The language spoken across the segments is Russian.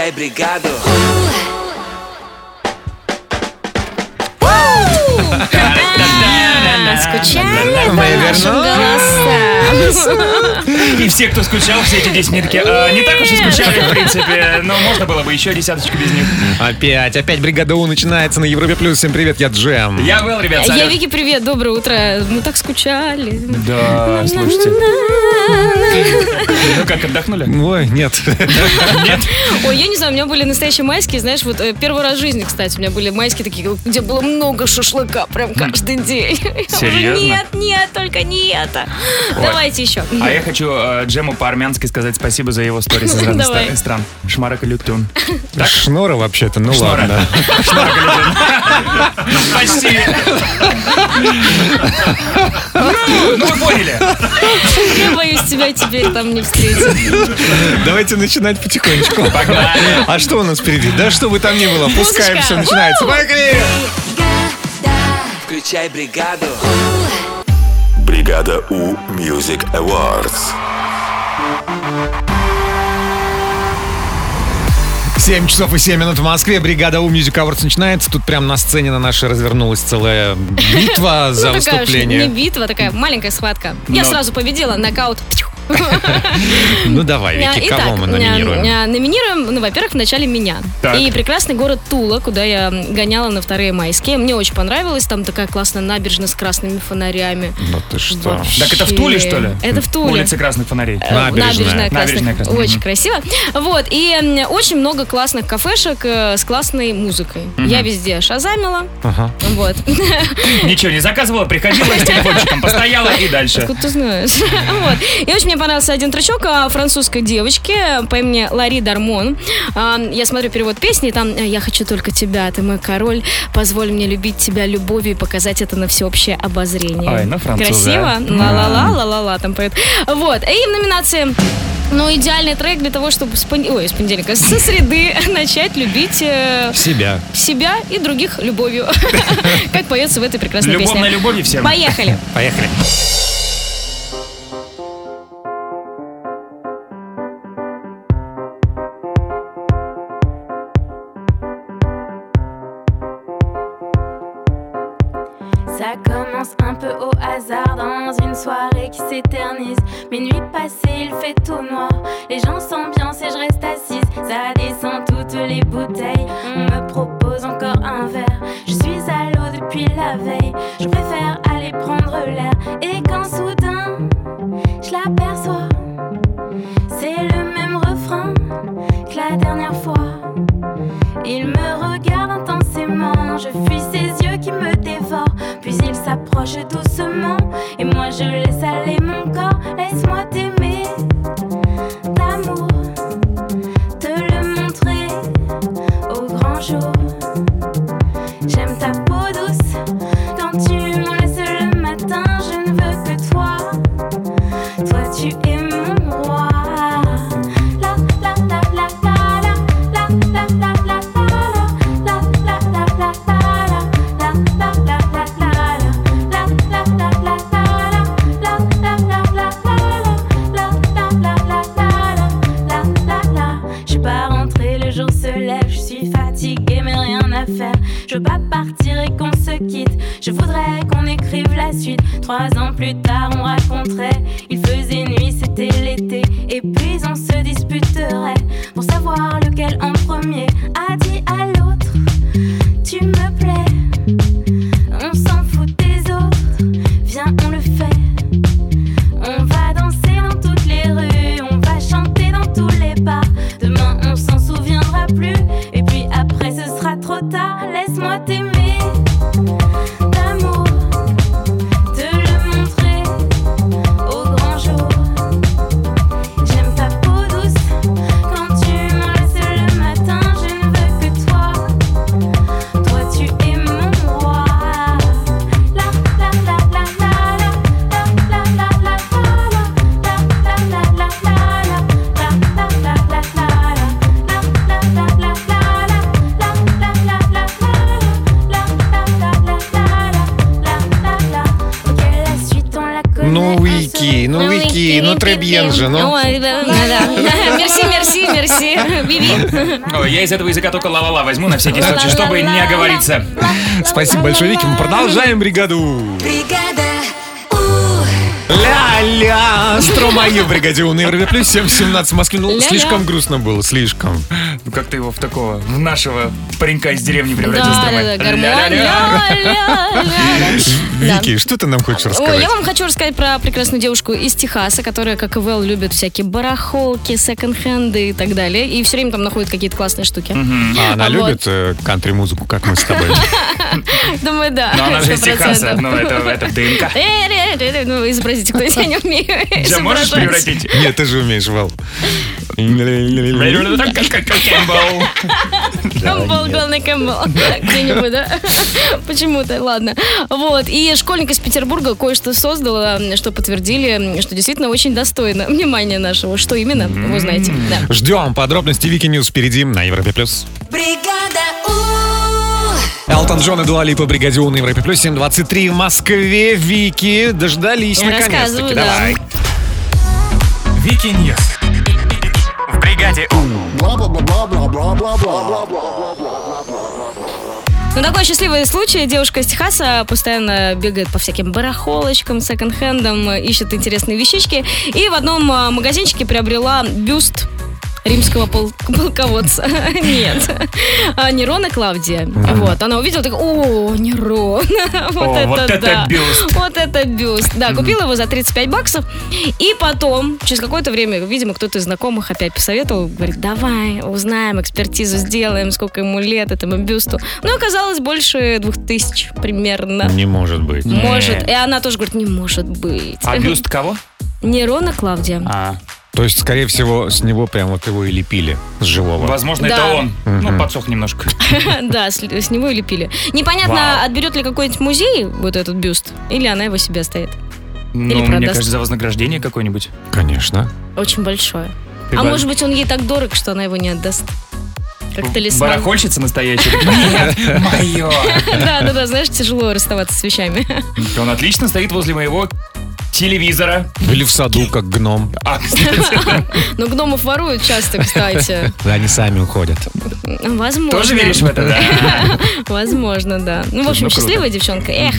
Включай бригаду. Скучали по нашим голосам. И все, кто скучал, все эти 10 минут, не так уж и скучали, в принципе. Но можно было бы еще десяточку без них. Опять бригада У начинается на Европе Плюс. Всем привет, я Джем. Я Вэл, ребят, салют. Я Вики, привет, доброе утро. Мы так скучали. Да, слушайте. Ну как, отдохнули? Ой, нет. Нет? Ой, я не знаю, у меня были настоящие майские, знаешь, вот первый раз в жизни, кстати, у меня были майские такие, где было много шашлыка прям каждый день. Серьезно? Нет, только не это. Давайте еще. А я хочу Джему по-армянски сказать спасибо за его сторис из разных стран. Шмара Калютун. Шнора вообще-то, ну Шнора. ладно. Шмара Калютун. Почти. Ну вы поняли. Я боюсь тебя теперь там не встретить. Давайте начинать потихонечку. Погнали. А что у нас впереди? Да что бы там ни было, пускай Музычка. все начинается. Поехали! Включай бригаду. Бригада У Music Awards. 7 часов и 7 минут в Москве. Бригада У Music Awards начинается. Тут прям на сцене на нашей развернулась целая битва за Ну, такая уж выступление. не битва, такая маленькая схватка. Я сразу победила, нокаут. Ну давай, Вики, кого мы номинируем? Номинируем, ну, во-первых, вначале меня. Так. И прекрасный город Тула, куда я гоняла на вторые майские. Мне очень понравилось. Там такая классная набережная с красными фонарями. Ну ты что? Вообще. Так это в Туле, что ли? Это в Туле. Улица Красных фонарей. Набережная. Набережная красная. Очень красиво. Вот. И очень много классных кафешек с классной музыкой. Я везде шазамила. Ага. Вот. Ничего не заказывала, приходила с телефончиком, постояла и дальше. Откуда ты знаешь? Вот. И очень мне понравился один тречок о французской девочке по имени Лари Дармон. Я смотрю перевод песни, и там «Я хочу только тебя, ты мой король, позволь мне любить тебя любовью и показать это на всеое обозрение». Ой, ну французы. Красиво? Ла-ла-ла, ла-ла-ла там поет. Вот. И в номинации... Ну, идеальный трек для того, чтобы с понедельника, со среды начать любить себя и других любовью. Как поется в этой прекрасной песне. Любовная любовь и всем. Поехали. Поехали. Ça commence un peu au hasard dans une soirée qui s'éternise. Minuit passé, il fait tout noir. Les gens s'ambiancent et je reste assise. Ça descend toutes les bouteilles. On me propose encore un verre. Je suis à l'eau depuis la veille. Je préfère aller prendre l'air. Et quand soudain, je l'aperçois, c'est le même refrain que la dernière fois. Il me regarde intensément. Je fuis ses yeux qui me dévorent. Puis il s'approche doucement et moi je laisse aller mon corps. Laisse-moi t'aimer d'amour, te le montrer au grand jour. J'aime ta peau douce quand tu m'en laisses le matin. Je ne veux que toi, toi tu es mon roi. La la la la la la la la la la. Je veux pas partir et qu'on se quitte. Je voudrais qu'on écrive la suite. 3 ans plus tard on raconterait. Il faisait nuit, c'était l'été. Et puis on se disputerait pour savoir lequel en premier a dit à l'autre tu me plais. On s'en fout des autres. Viens on le fait. On va danser dans toutes les rues. On va chanter dans tous les bars. Demain on s'en souviendra plus. Et puis après ce sera trop tard. Laisse-moi t'aimer d'amour, te le montrer au grand jour. J'aime ta peau douce quand tu m'en laisses le matin. Je ne veux que toi, toi tu es très же, ну. Ой, да. Мерси. Биби. Ой, я из этого языка только ла-ла-ла возьму на всякий случай, чтобы не оговориться. Спасибо большое, Вики. Мы продолжаем бригаду. Ля-ля, Стромае в бригаде У на Европе Плюс, 7:17 в Москве. Ну, слишком грустно было, слишком. Ну как ты его в такого, в нашего паренька из деревни превратил, Да, Стромай? гармонь. Вики, что ты нам хочешь Ой, рассказать? я вам хочу рассказать про прекрасную девушку из Техаса, которая, как и Вэл, любит всякие барахолки, секонд-хенды и так далее. И все время там находит какие-то классные штуки. А она Вот. любит кантри-музыку, как мы с тобой? Думаю, да. Но она же из 100%. Техаса, ну это в ДНК. Ну, изобразите, кто я не умею. Тебя можешь изображать. превратить? Нет, ты же умеешь, Вэл. Кэмпбелл. Кэмпбелл, главный Кэмпбелл. Где-нибудь, да? Почему-то, ладно. Вот, и школьник из Петербурга кое-что создал, что подтвердили, что действительно очень достойно внимания нашего. Что именно, вы знаете. Да. Ждем подробности Вики Ньюс впереди на Европе Плюс. Бригада У. Элтон Джон и Дуа Липа, бригаде У на Европе Плюс, 7:23 в Москве. Вики, дождались Я наконец-таки. рассказываю, да. Давай. Вики Ньюс. В бригаде У. Ну, такой счастливый случай. Девушка из Техаса постоянно бегает по всяким барахолочкам, секонд-хендам, ищет интересные вещички. И в одном магазинчике приобрела бюст римского полководца. Нет. Нерона Клавдия. Вот. Она увидела, так, о, Нерон. Вот это да. бюст. Вот это бюст. Да, купила его за $35. И потом, через какое-то время, видимо, кто-то из знакомых опять посоветовал, говорит, давай, узнаем, экспертизу сделаем, сколько ему лет этому бюсту. Ну, оказалось, больше 2000 примерно. Не может быть. Может. И она тоже говорит, не может быть. А бюст кого? Нерона Клавдия. То есть, скорее всего, с него прям вот его и лепили, с живого. Возможно, Да. это он. Ну, подсох немножко. Да, с него и лепили. Непонятно, Вау. отберет ли какой-нибудь музей вот этот бюст, или она его себе оставит. Ну, мне продаст. кажется, за вознаграждение какое-нибудь. Конечно. Очень большое. Ты А ба- может быть, он ей так дорог, что она его не отдаст. Как талисман. Барахольщица настоящая? Нет, мое. Да, знаешь, тяжело расставаться с вещами. Он отлично стоит возле моего телевизора. Или в саду, как гном. Кстати, Но гномов воруют часто, кстати. Да, они сами уходят. Возможно. тоже веришь в это, да? Возможно, да. Ну, в общем, Ну, круто. счастливая девчонка. Эх.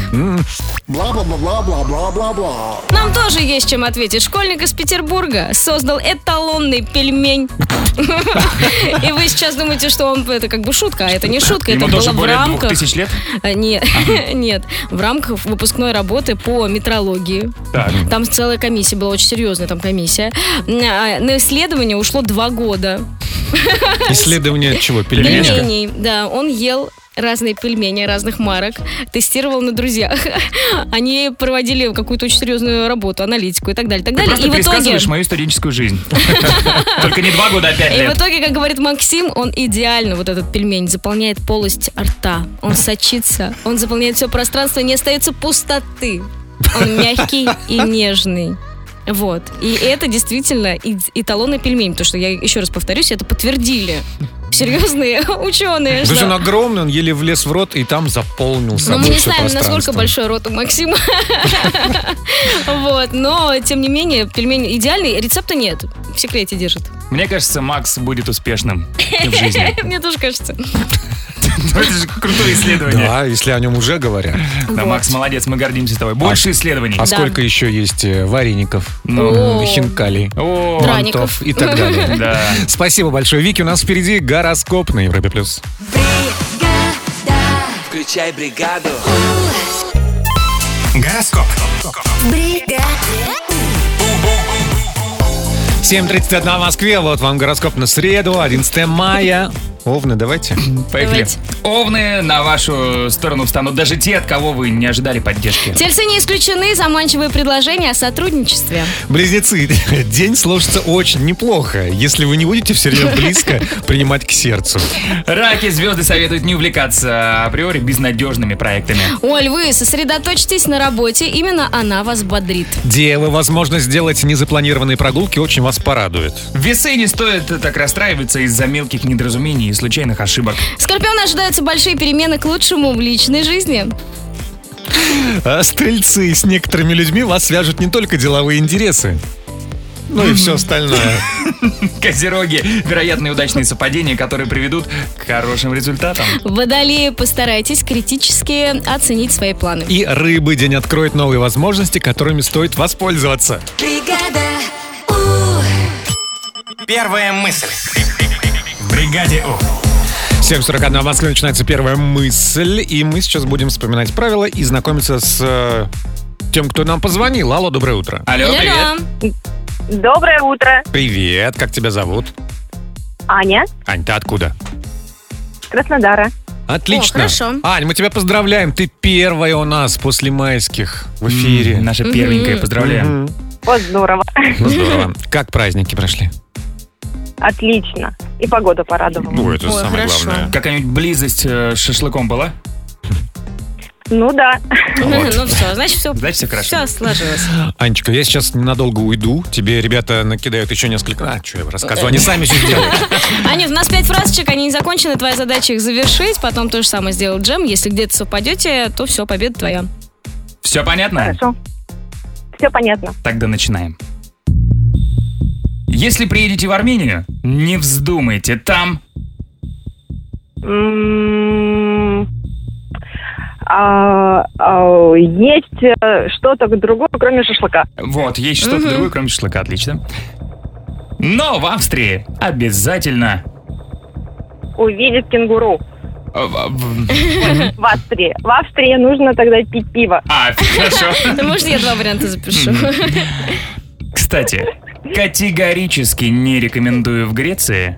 Нам тоже есть чем ответить. Школьник из Петербурга создал эталонный пельмень. И вы сейчас думаете, что он это как бы шутка, а это не шутка, это Ему было тоже в более рамках... 2000 лет? Нет, нет, в рамках выпускной работы по метрологии. Так. Там целая комиссия была, очень серьезная там комиссия. На исследование ушло 2 года. Исследование чего? Пельменчика? Пельменей, да, он ел разные пельмени разных марок, тестировал на друзьях. Они проводили какую-то очень серьезную работу, аналитику и так далее, так Ты далее. просто И в итоге, пересказываешь мою студенческую жизнь. Только не 2 года, а 5 и в лет. итоге, как говорит Максим, он идеально, вот этот пельмень, заполняет полость рта. Он сочится, он заполняет все пространство, не остается пустоты. Он мягкий и нежный. Вот. И это действительно эталонный пельмень. Потому что, я еще раз повторюсь, это подтвердили серьезные ученые. Слушай, что- он огромный, он еле влез в рот и там заполнил Но собой мы не все знаем, насколько пространство. большой рот у Максима. Вот. Но, тем не менее, пельмень идеальный. Рецепта нет. В секрете держит. Мне кажется, Макс будет успешным в жизни. Мне тоже кажется. Ну, это же крутое исследование. Да, если о нем уже говорят. Да, Вот. Макс, молодец, мы гордимся тобой. Больше исследований. А сколько еще есть вареников, Ну. хинкалей, О, Драников. понтов и так далее. да. Спасибо большое, Вики. У нас впереди гороскоп на Европе+. плюс. Включай бригаду. Гороскоп. 7:31 в Москве. Вот вам гороскоп на среду, 11 мая. Овны, давайте. Поехали. Давайте. Овны на вашу сторону встанут даже те, от кого вы не ожидали поддержки. Тельцы не исключены. Заманчивые предложения о сотрудничестве. Близнецы, день сложится очень неплохо, если вы не будете все время близко принимать к сердцу. Раки, звезды советуют не увлекаться априори безнадежными проектами. О, львы, сосредоточьтесь на работе. Именно она вас бодрит. Девы, возможность сделать незапланированные прогулки очень вас порадует. Весы, не стоит так расстраиваться из-за мелких недоразумений и случайных ошибок. Скорпионы, ожидаются большие перемены к лучшему в личной жизни. А стрельцы, с некоторыми людьми вас свяжут не только деловые интересы. Ну и все остальное. Козероги. Вероятные удачные совпадения, которые приведут к хорошим результатам. Водолеи, постарайтесь критически оценить свои планы. И рыбы, день откроет новые возможности, которыми стоит воспользоваться. Первая мысль. В бригаде У. 7:41 в Москве начинается первая мысль. И мы сейчас будем вспоминать правила и знакомиться с тем, кто нам позвонил. Алло, доброе утро. Алло, привет. Доброе утро. Привет, как тебя зовут? Аня, Ань, ты откуда? Краснодара. Отлично. О, хорошо. Ань, мы тебя поздравляем. Ты первая у нас после майских в эфире. Наша первенькая, поздравляем. Мгм. Вот здорово. Ну, здорово. Как праздники прошли? Отлично. И погода порадовала. Ну, это Ой, самое хорошо. главное. Какая-нибудь близость с шашлыком была? Ну да. Ну все, значит, все. Значит, всё хорошо. Все сложилось. Анечка, я сейчас ненадолго уйду. Тебе ребята накидают еще несколько... А, что я рассказываю? Они сами все сделают. Аня, у нас 5 фразочек, они не закончены. Твоя задача их завершить. Потом то же самое сделать Джем. Если где-то совпадете, то все, победа твоя. Все понятно? Хорошо. Все понятно. Тогда начинаем. Если приедете в Армению, не вздумайте там... Есть что-то другое, кроме шашлыка. Вот, есть что-то другое, кроме шашлыка, отлично. Но в Австрии обязательно... Увидеть кенгуру. В Австрии. В Австрии нужно тогда пить пиво. Хорошо. Ну, может, я 2 варианта запишу. Кстати, категорически не рекомендую в Греции.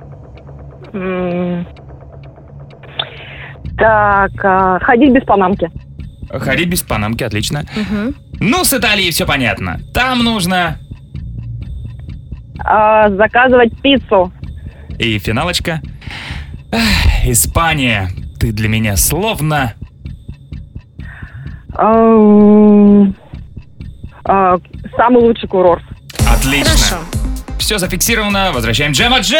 Так, ходить без панамки. Ходить без панамки, отлично. Ну, с Италией все понятно. Там нужно... Заказывать пиццу. И финалочка. Испания. Ты для меня словно... Самый лучший курорт. Отлично. Хорошо. Все зафиксировано. Возвращаем Джема Джем!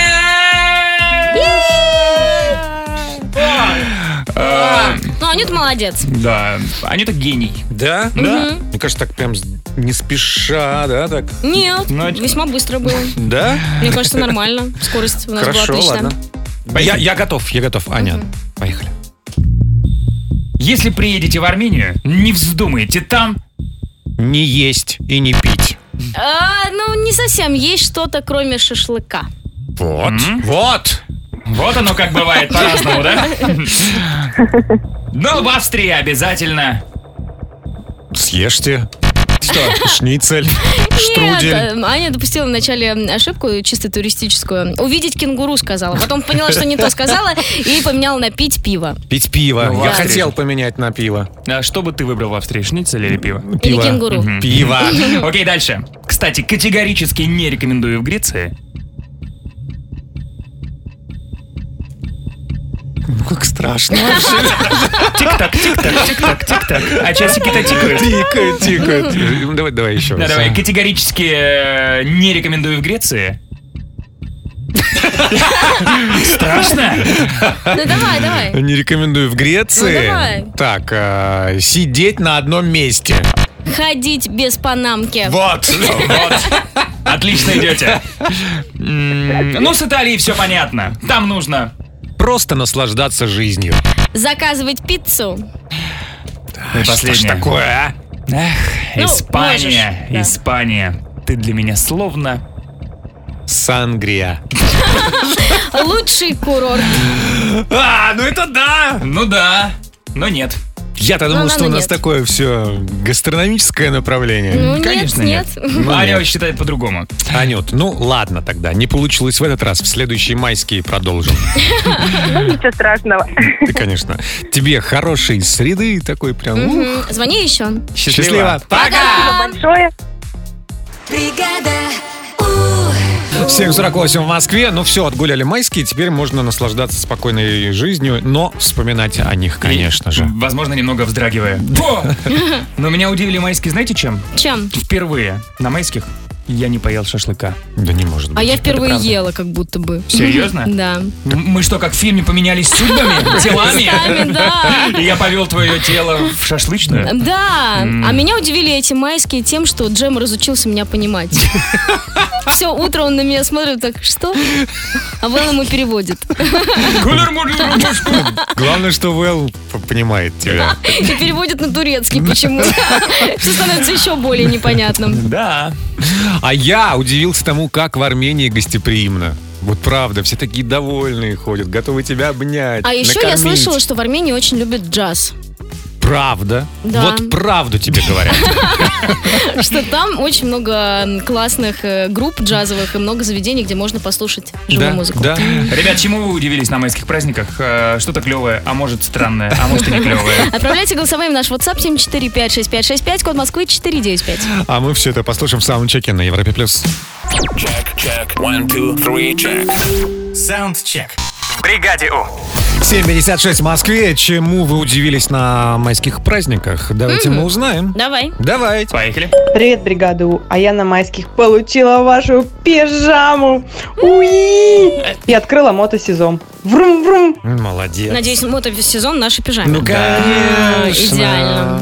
Ну, Анют молодец. Да, Анюта гений. Да? Да. Мне кажется, так прям не спеша, да? Так. Нет, Ну, весьма быстро было. Да? Мне кажется, нормально. Скорость у нас была Хорошо, отличная. ладно. Я готов. Аня, поехали. Если приедете в Армению, не вздумайте там... Не есть и не пить. Ну, не совсем. Есть что-то, кроме шашлыка. Вот. Вот. Вот оно как бывает по-разному, да? Но в Австрии обязательно... Съешьте. Что? Шницель, штрудель. Нет, Аня допустила вначале ошибку чисто туристическую. Увидеть кенгуру сказала. Потом поняла, что не то сказала, и поменяла на пить пиво. Пить пиво. Ну, Я ладно. хотел поменять на пиво. А что бы ты выбрал в Австрии, шницель или пиво? Или кенгуру. Пиво. Окей, дальше. Кстати, категорически не рекомендую в Греции. Как страшно. Тик-так, тик-так, тик-так, тик-так. А часики-то тикают. Тикают. Давай еще раз. Давай, категорически не рекомендую в Греции. Страшно? Ну, давай. Не рекомендую в Греции. Ну, давай. Так, сидеть на одном месте. Ходить без панамки. Вот. Отлично идете. Ну, с Италией все понятно. Там нужно... Просто наслаждаться жизнью. Заказывать пиццу. И Что ж последнее. такое, а? Эх, Ну, Испания, можешь, да. Испания. Ты для меня словно... Сангрия. Лучший курорт. Ну это да! Ну да, но нет. Я-то думал, Ну, что у нас нет. такое все гастрономическое направление. Ну, Конечно, нет. Ну, Аня нет. считает по-другому. Анют, ну ладно тогда. Не получилось в этот раз. В следующие майские продолжим. Ничего страшного. Ты, конечно. Тебе хорошей среды такой прям. Мгм. Звони еще. Счастливо. Пока! Большое. 7:48 в Москве. Ну все, отгуляли майские. Теперь можно наслаждаться спокойной жизнью, но вспоминать о них, конечно же. Возможно, немного вздрагивая. Но меня удивили майские, знаете чем? Чем? Впервые на майских я не поел шашлыка. Да не может быть. А я Это впервые правда. ела, как будто бы. Серьезно? Да. Мы что, как в фильме поменялись судьбами, телами? Местами, да. И я повел твое тело в шашлычную? Да, а меня удивили эти майские тем, что Джем разучился меня понимать. Все утро он на меня смотрит так, что? А Вэл ему переводит. Главное, что Вэл понимает тебя. И переводит на турецкий почему-то. Все становится еще более непонятным. Да. А я удивился тому, как в Армении гостеприимно. Вот правда, все такие довольные ходят, готовы тебя обнять, А еще я накормить. слышала, что в Армении очень любят джаз. Правда? Да. Вот правду тебе говорят. Что там очень много классных групп джазовых и много заведений, где можно послушать живую музыку. Да. Ребят, чему вы удивились на майских праздниках? Что-то клевое, а может странное, а может и не клевое. Отправляйте голосовые в наш WhatsApp 7456565, код Москвы 495. А мы все это послушаем в саундчеке на Европе+. Check. 1, 2, 3, check. Саундчек. В бригаде У. 7:56 в Москве. Чему вы удивились на майских праздниках? Давайте мы узнаем. Давай. Давайте. Поехали. Привет, бригада У. А я на майских получила вашу пижаму. Уи! И открыла мотосезон. Врум-врум. Молодец. Надеюсь, мотосезон наши пижамы. Ну, конечно. Идеально.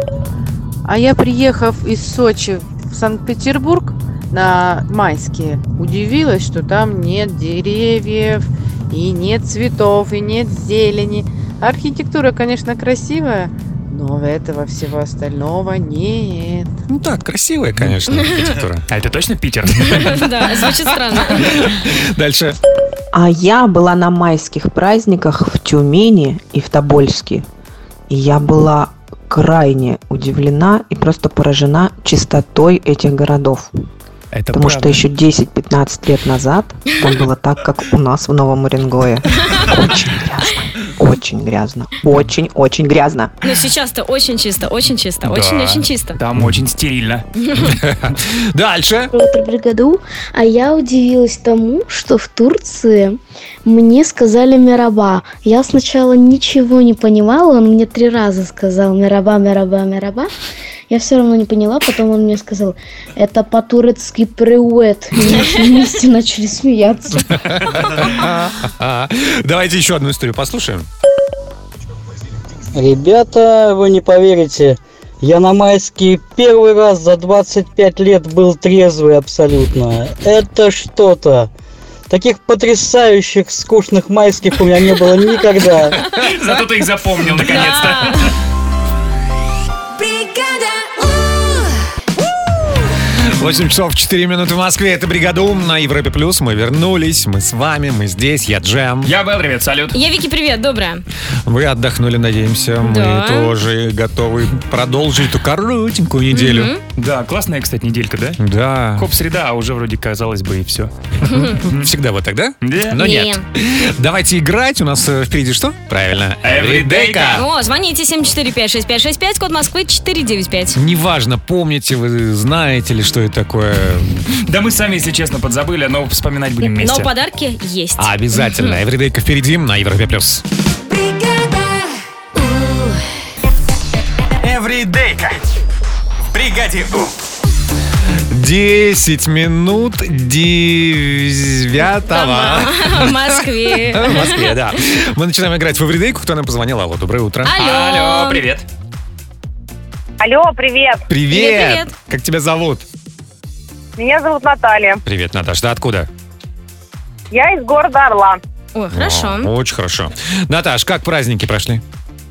А я, приехав из Сочи в Санкт-Петербург на майские, удивилась, что там нет деревьев, и нет цветов, и нет зелени. Архитектура, конечно, красивая, но этого всего остального нет. Ну так, красивая, конечно, архитектура. А это точно Питер? Да, звучит странно. Дальше. А я была на майских праздниках в Тюмени и в Тобольске. И я была крайне удивлена и просто поражена чистотой этих городов. Это Потому что еще 10-15 лет назад там было так, как у нас в Новом Уренгое. Очень грязно. Очень грязно. Очень грязно. Но сейчас-то очень чисто, очень чисто, очень-очень чисто. Там очень стерильно. Дальше. Утро, бригаду. А я удивилась тому, что в Турции мне сказали «мераба». Я сначала ничего не понимала, он мне 3 раза сказал «мераба, мераба, мераба». Я все равно не поняла, потом он мне сказал «это по-турецки привет». И мы все вместе начали смеяться. Давайте еще одну историю послушаем. Ребята, вы не поверите, я на майские первый раз за 25 лет был трезвый абсолютно. Это что-то. Таких потрясающих, скучных майских у меня не было никогда. Зато ты их запомнил наконец-то. 8 часов 4 минуты в Москве. Это «Бригада У» на Европе+. Мы вернулись, мы с вами, мы здесь, я Джем. Я Вэл, привет, салют. Я Вики, привет, доброе. Вы отдохнули, надеемся. Да. Мы тоже готовы продолжить эту коротенькую неделю. Да, классная, кстати, неделька, да? Да. Хоп-среда, а уже вроде казалось бы и все. Всегда вот так, да? Да. Но нет. Давайте играть. У нас впереди что? Правильно. Эвридейка. О, звоните 7456565, код Москвы 495. Неважно, помните вы, знаете ли, что это такое. Да мы сами, если честно, подзабыли, но вспоминать будем вместе. Но подарки есть. Обязательно. Эвридейка впереди на Европе+. Эвридейка. В бригаде У. 10 минут 9 В Москве. В Москве, да. Мы начинаем играть в Эвридейку. Кто нам позвонил? Алло, доброе утро. Алло. Привет. Алло, привет. Привет. Как тебя зовут? Меня зовут Наталья. Привет, Наташ. Ты откуда? Я из города Орла. Ой, хорошо. Очень хорошо. Наташ, как праздники прошли?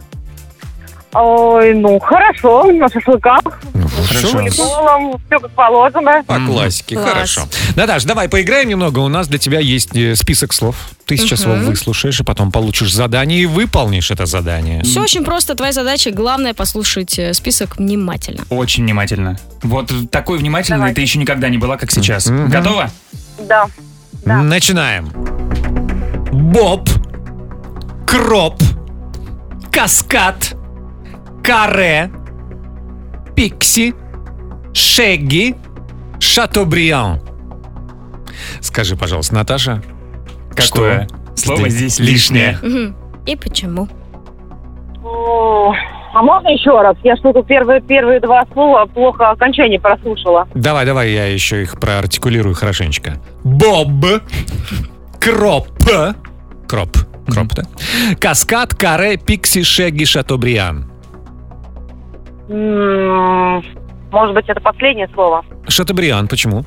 Ой, ну, хорошо, на шашлыках. Хорошо. Волейболом, все как положено. По классике, Класс. хорошо. Наташ, давай поиграем немного. У нас для тебя есть список слов. Ты сейчас его выслушаешь, и потом получишь задание и выполнишь это задание. Все очень просто. Твоя задача, главное, послушать список внимательно. Очень внимательно. Вот такой внимательной ты еще никогда не была, как сейчас. Готова? Да. Начинаем. Боб, кроп, каскад, каре, пикси, шегги, шатобриан. Скажи, пожалуйста, Наташа, Какое что слово здесь лишнее? И почему? О, а А можно еще раз? Я что-то первые два слова плохо окончание прослушала. Давай, я еще их проартикулирую хорошенечко. Боб. Кроп, да? Каскад, каре, пикси, шеги, шатобриан. Может быть, это последнее слово? Шатобриан, почему?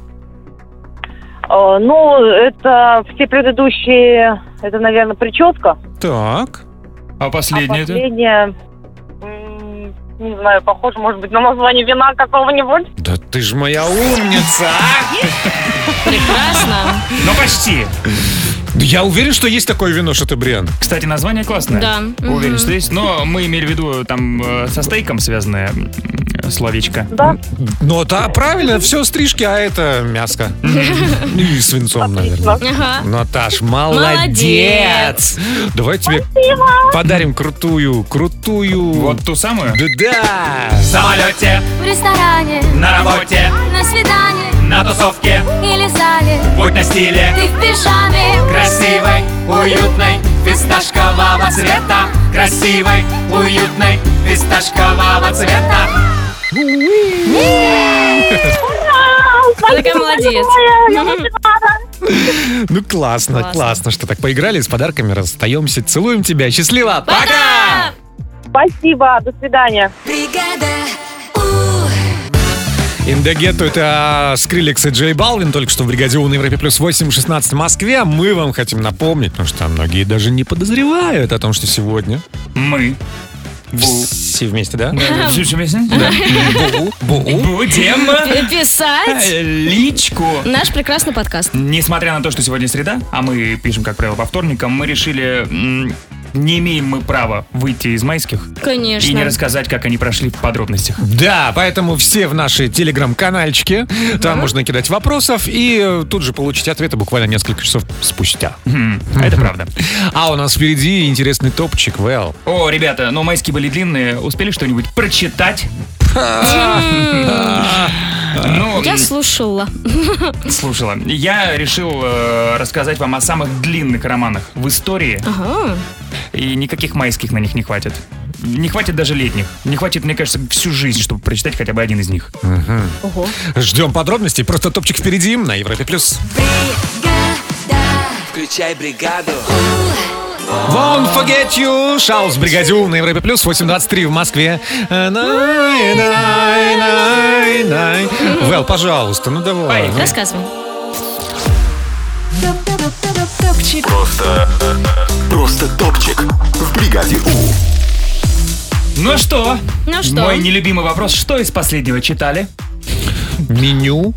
Это все предыдущие, это, наверное, прическа. Так. А последнее-то? Последнее, не знаю, похоже, может быть, на название вина какого-нибудь. Да ты ж моя умница! Прекрасно. Ну, почти. Я уверен, что есть такое вино Шатобриан. Кстати, название классное. Да. Уверен, что есть. Но мы имели в виду там со стейком связанное словечко. Да. Ну, да, правильно, все стрижки, а это мяско. И свинцом, наверное. Ага. Наташ, молодец! Давай тебе подарим крутую. Вот ту самую? Да. В самолете, В ресторане, на работе, на свидании на тусовке. или зале. Будь на стиле, Ты в пижаме. красивой, уютной, фисташкового цвета. Красивой, уютной, фисташкового цвета. Ты такая молодец. Ну, классно, что так поиграли, с подарками расстаемся. Целуем тебя, счастливо, пока! Спасибо, до свидания. In the Ghetto — это Скриллекс и Джей Балвин, только что в бригаде У на Европе плюс 8:16 в Москве. Мы вам хотим напомнить, потому что многие даже не подозревают о том, что сегодня Мы все вместе, да? все вместе? Будем Будем Писать личку. наш прекрасный подкаст. Несмотря на то, что сегодня среда, а мы пишем, как правило, по вторникам, мы решили, не имеем мы права выйти из майских Конечно. и не рассказать, как они прошли в подробностях. Да, поэтому все в нашей телеграм-канальчике. Там можно кидать вопросов и тут же получить ответы буквально несколько часов спустя. Это правда. А у нас впереди интересный топчик, Вэл. О, ребята, но майские были длинные. Успели что-нибудь прочитать? Ну, Я слушала. слушала. Я решил рассказать вам о самых длинных романах в истории. Ага. И никаких майских на них не хватит. Не хватит даже летних. Не хватит, мне кажется, всю жизнь, чтобы прочитать хотя бы один из них. Ого. Ждем подробностей. Просто топчик впереди на Европе плюс. Включай бригаду. Won't forget you. Шаус в бригаде У на Европе плюс 8:23 в Москве. Вэл, пожалуйста, ну давай. Рассказывай. Просто топчик в бригаде У. Ну что? Ну что? Мой нелюбимый вопрос. Что из последнего читали? Меню.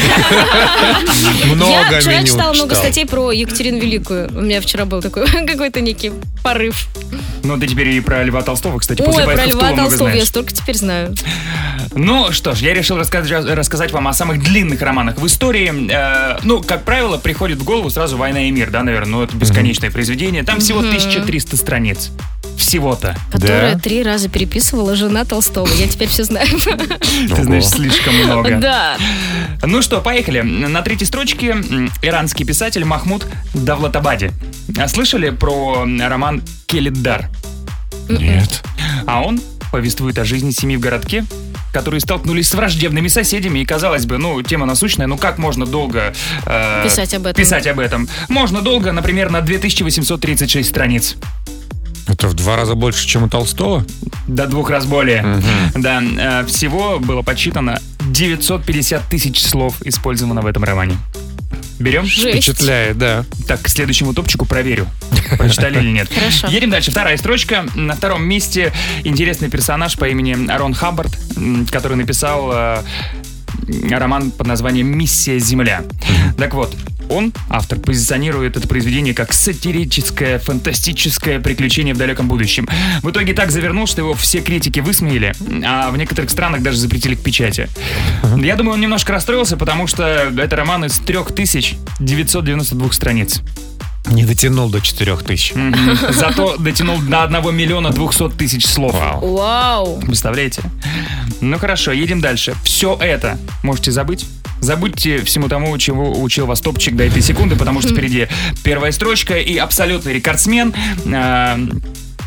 Много Я вчера меню читала много читал. статей про Екатерину Великую. У меня вчера был такой какой-то некий порыв. Ну, ты теперь и про Льва Толстого, кстати, Ой, после про «Боев Льва Толстого» много Толстого я знаешь. столько теперь знаю. Ну что ж, я решил рассказать вам о самых длинных романах в истории. Ну, как правило, приходит в голову сразу «Война и мир», да, наверное? Ну, это бесконечное произведение. Там всего 1300 страниц. Всего-то. Которая 3 раза переписывала жена Толстого. Я теперь все знаю. Ты знаешь, слишком много. Да. Ну что, поехали. На третьей строчке иранский писатель Махмуд Давлатабади. А слышали про роман «Келиддар»? Нет. А он повествует о жизни семьи в городке, которые столкнулись с враждебными соседями. И, казалось бы, ну, тема насущная, ну как можно долго Писать об этом. Можно долго, например, на 2836 страниц. Это в 2 раза больше, чем у Толстого? До 2 раз более. Да, всего было подсчитано 950 тысяч слов использовано в этом романе. Берем? Впечатляет, да. Так, к следующему топчику проверю, прочитали или нет. Хорошо. Едем дальше. Вторая строчка. На втором месте интересный персонаж по имени Рон Хаббард, который написал роман под названием «Миссия Земля». Так вот, он, автор, позиционирует это произведение как сатирическое, фантастическое приключение в далеком будущем. В итоге так завернул, что его все критики высмеяли, а в некоторых странах даже запретили к печати. Я думаю, он немножко расстроился, потому что это роман из 3992 страниц. Не дотянул до 4000. Зато дотянул до 1 200 000 слов. Вау. Представляете? Ну хорошо, едем дальше. Все это можете забыть. Забудьте всему тому, чего учил вас топчик до этой секунды, потому что впереди первая строчка и абсолютный рекордсмен.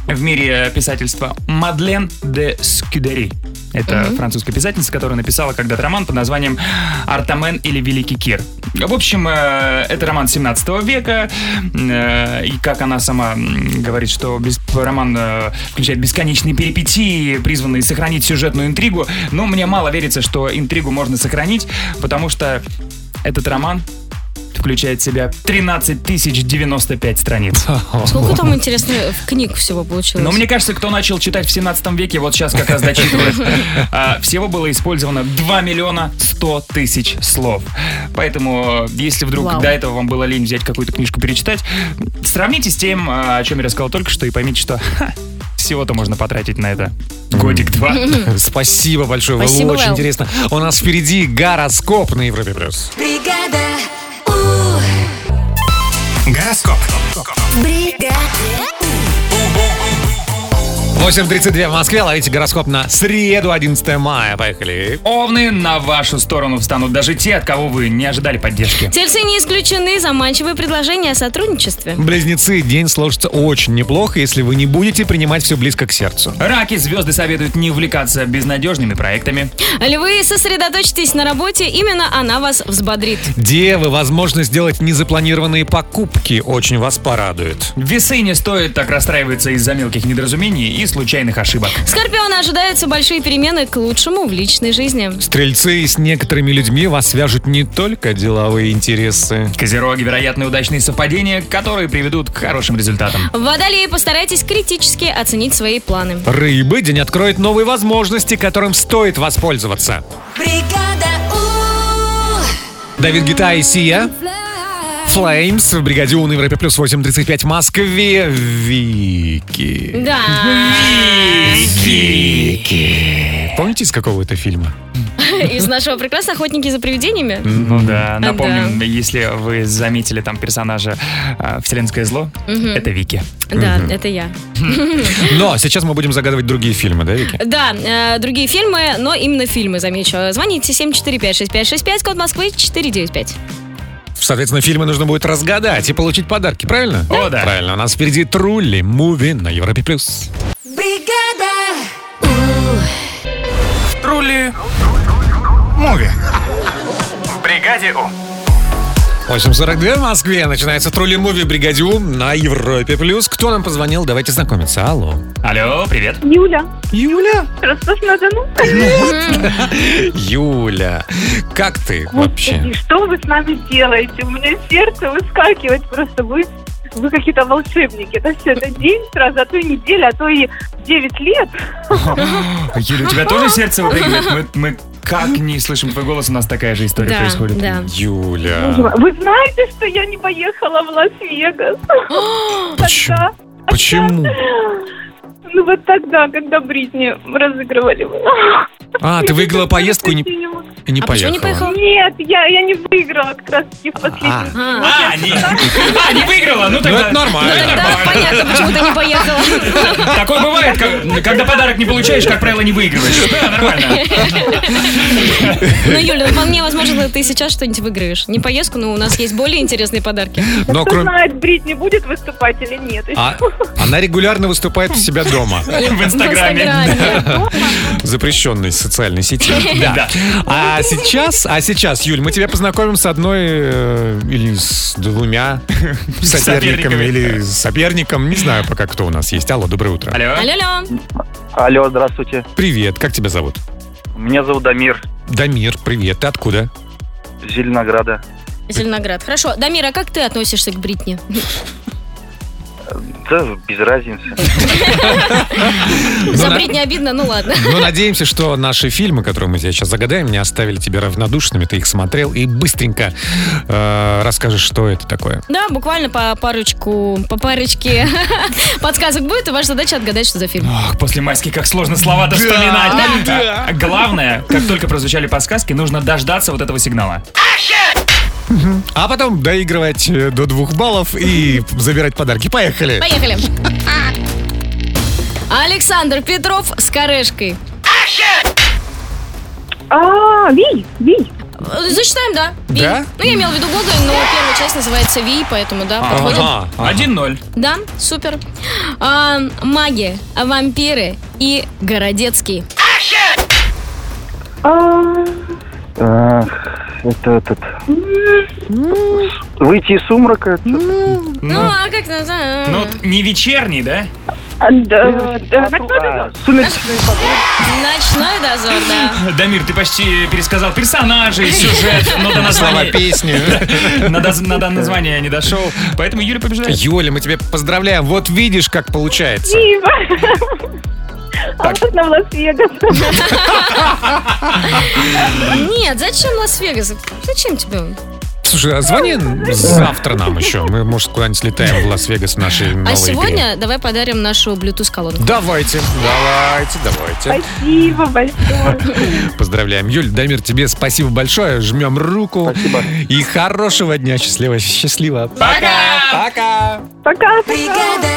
в мире писательства Мадлен де Скюдери. Это французская писательница, которая написала когда-то роман под названием «Артамен или Великий Кир». В общем, это роман 17 века, и как она сама говорит, что роман включает бесконечные перипетии, призванные сохранить сюжетную интригу. Но мне мало верится, что интригу можно сохранить, потому что этот роман включает в себя 13 095 страниц. Сколько там, интересно, книг всего получилось? Но мне кажется, кто начал читать в 17 веке, вот сейчас как раз дочитывает. Всего было использовано 2 100 000 слов. Поэтому, если вдруг до этого вам было лень взять какую-то книжку перечитать, сравните с тем, о чем я рассказал только что, и поймите, что всего-то можно потратить на это годик-два. Спасибо большое, Спасибо, очень Вэл. интересно. У нас впереди гороскоп на Европе+. Бригада У. Гороскоп. Бригада 8:32 в Москве. Ловите гороскоп на среду, 11 мая. Поехали. Овны, на вашу сторону встанут даже те, от кого вы не ожидали поддержки. Тельцы не исключены, заманчивые предложения о сотрудничестве. Близнецы, день сложится очень неплохо, если вы не будете принимать все близко к сердцу. Раки, звезды советуют не увлекаться безнадежными проектами. Львы, сосредоточьтесь на работе, именно она вас взбодрит. Девы, возможно сделать незапланированные покупки очень вас порадует. Весы, не стоит так расстраиваться из-за мелких недоразумений и случайных ошибок. Скорпионы, ожидаются большие перемены к лучшему в личной жизни. Стрельцы, с некоторыми людьми вас свяжут не только деловые интересы. Козероги, вероятны удачные совпадения, которые приведут к хорошим результатам. Водолеи, постарайтесь критически оценить свои планы. Рыбы, день откроет новые возможности, которым стоит воспользоваться. Бригада У. Давид Гетта и Сия. Flames в бригаде У на Европе плюс 8:35 в Москве. Вики. Да. Вики. Помните, из какого это фильма? Из нашего прекрасного «Охотники за привидениями». Ну да, напомним, если вы заметили там персонажа «Вселенское зло», это Вики. Да, это я. Но сейчас мы будем загадывать другие фильмы, да, Вики? Да, другие фильмы, но именно фильмы, замечу. Звоните 745-6565, код Москвы 495. Соответственно, фильмы нужно будет разгадать и получить подарки, правильно? О, да. Правильно, у нас впереди Трули Муви на Европе+. Бригада Трули Муви. В бригаде У. 8:42 в Москве. Начинается Трули Муви в бригаде У на Европе+. Кто нам позвонил? Давайте знакомиться. Алло. Алло, привет. Юля. Юля? Ростов-на-Дону. Юля, как ты вообще? Господи, что вы с нами делаете? У меня сердце выскакивает просто. Вы какие-то волшебники. Это все, это день сразу, а то и неделя, а то и 9 лет. Юля, у тебя тоже сердце выпрыгивает? Мы как не слышим твой голос, у нас такая же история происходит. Да. Юля. Вы знаете, что я не поехала в Лас-Вегас? Почему? Ну вот тогда, когда Бритни разыгрывали. А, ты выиграла поездку и не А почему не поехала? поехала? Нет, я не выиграла как раз таки в последний. Не выиграла? Ну Ну, тогда... это нормально. Да, понятно, почему ты не поехала. Такое бывает, когда подарок не получаешь, как правило, не выигрываешь. Да, нормально. Ну, Юля, вполне возможно, ты сейчас что-нибудь выиграешь. Не поездку, но у нас есть более интересные подарки. Но Кто кроме... знает, Бритни будет выступать или нет. Она регулярно выступает у себя дома. В Инстаграме. Запрещенной социальной сети. Да. А сейчас, Юль, мы тебя познакомим с одной или с двумя соперниками, или с соперником. Не знаю пока, кто у нас есть. Алло, доброе утро. Алло. Алло. Алло, здравствуйте. Привет, как тебя зовут? Меня зовут Дамир. Дамир, привет. Ты откуда? Зеленограда. Зеленоград. Хорошо. Дамир, а как ты относишься к Бритни? Да, без разницы. За Бритни обидно, ну ладно. Ну, надеемся, что наши фильмы, которые мы тебе сейчас загадаем, не оставили тебя равнодушными. Ты их смотрел и быстренько расскажешь, что это такое. Да, буквально по парочке подсказок будет, и ваша задача отгадать, что за фильм. Ох, после майских как сложно слова вспоминать. А главное, как только прозвучали подсказки, нужно дождаться вот этого сигнала. А потом доигрывать до 2 баллов и забирать подарки. Поехали! Поехали. Александр Петров с корешкой. Вий. Зачитаем, да. Ви. Да? Ну, я имела в виду годы, но первая часть называется Ви, поэтому, да, подходит. 1-0. Да, супер. Маги, вампиры и Городецкий. Это этот... Выйти из сумрака. Ну, а как называется? Ну, не вечерний, да? Сумеречный Ночной дозор, да. Дамир, ты почти пересказал персонажей, сюжет, но до Слова названия... песни. До названия я не дошел, поэтому Юля побеждает. Юля, мы тебя поздравляем. Вот видишь, как получается. А можно в Лас-Вегас? Нет, зачем Лас-Вегас? Зачем тебе он? Слушай, а звони завтра нам еще. Мы, может, куда-нибудь слетаем в Лас-Вегас в нашей новой А сегодня игре. давай подарим нашу Bluetooth-колонку. Давайте. Спасибо большое. Поздравляем. Юль, Дамир, тебе спасибо большое. Жмем руку. Спасибо. И хорошего дня. Счастливо. Пока. Пока. Бригада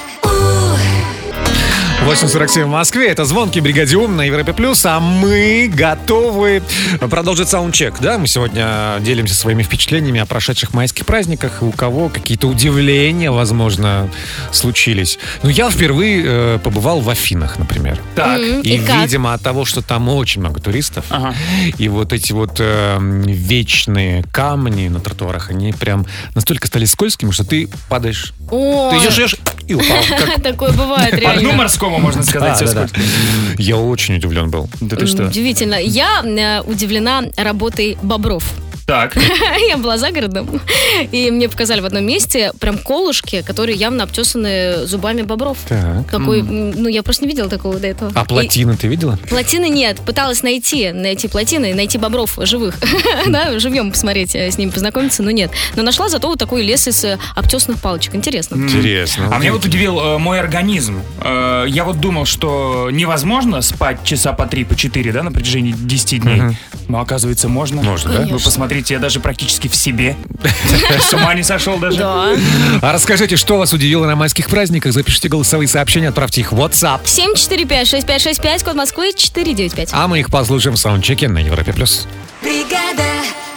8:47 в Москве. Это звонки бригаде Ум на Европе Плюс, а мы готовы продолжить саундчек. Да, мы сегодня делимся своими впечатлениями о прошедших майских праздниках. У кого какие-то удивления, возможно, случились. Ну, я впервые побывал в Афинах, например. Так. И, как? видимо, от того, что там очень много туристов, и вот эти вот вечные камни на тротуарах, они прям настолько стали скользкими, что ты падаешь. О, Ты идешь и упал. такое бывает По дну реально. морскому, можно сказать, все сколько. Я очень удивлен был. Да ты что? Удивительно. Я удивлена работой бобров. Так. Я была за городом, и мне показали в одном месте прям колышки, которые явно обтесаны зубами бобров. Так. Какой, ну, я просто не видела такого до этого. А плотины ты видела? Плотины нет. Пыталась найти плотины, найти бобров живых. Да, живьем посмотреть, с ними познакомиться, но нет. Но нашла зато вот такой лес из обтесанных палочек. Интересно. Интересно. А меня вот удивил мой организм. Я вот думал, что невозможно спать часа по 3, по 4, да, на протяжении 10 дней. Но оказывается, можно. Можно, да? Вы посмотрите, я даже практически в себе. С ума не сошел даже. Да. А расскажите, что вас удивило на майских праздниках? Запишите голосовые сообщения, отправьте их в WhatsApp. 745-6565, код Москвы 495. А мы их послушаем в саундчеке на Европе+. Бригада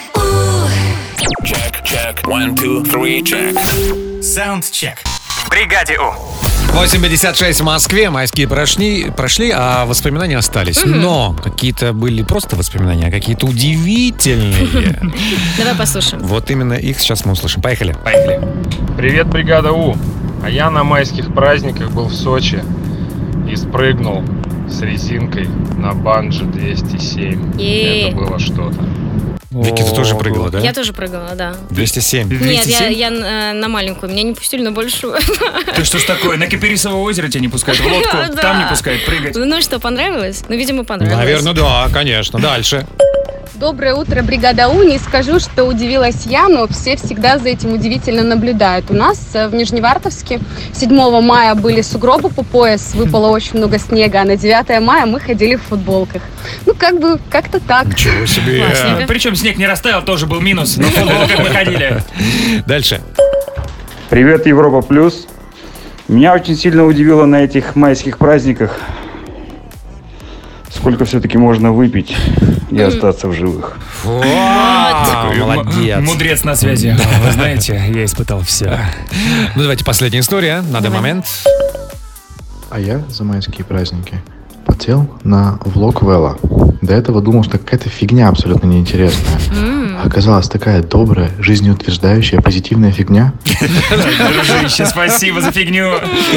Check. 1, 2, 3, check. Саундчек. В бригаде У. 8:56 в Москве. Майские прошли, а воспоминания остались. Но какие-то были просто воспоминания, а какие-то удивительные. Давай послушаем. Вот именно их сейчас мы услышим. Поехали. Привет, бригада У. А я на майских праздниках был в Сочи и спрыгнул с резинкой на банджи 207. Е-е-е. Это было что-то. Вики, ты тоже прыгала, да? Я тоже прыгала, да. 207. Нет, я на маленькую. Меня не пустили на большую. Ты что ж такое? На Кипарисово озеро тебя не пускают в лодку? Да. Там не пускают прыгать. Ну что, понравилось? Ну, видимо, понравилось. Наверное, да, конечно. Дальше. Доброе утро, бригада У. Не скажу, что удивилась я, но все всегда за этим удивительно наблюдают. У нас в Нижневартовске 7 мая были сугробы по пояс, выпало очень много снега, а на 9 мая мы ходили в футболках. Ну, как-то так. Ничего себе. Причем снег не растаял, тоже был минус. Но в футболках мы ходили. Дальше. Привет, Европа Плюс. Меня очень сильно удивило на этих майских праздниках, сколько все-таки можно выпить и остаться в живых. Молодец. Мудрец на связи. Вы знаете, я испытал все. Ну, давайте последняя история на данный момент. А я за майские праздники потел на влог Вэлла. До этого думал, что какая-то фигня абсолютно неинтересная. А оказалась такая добрая, жизнеутверждающая, позитивная фигня. Дружище, спасибо за фигню.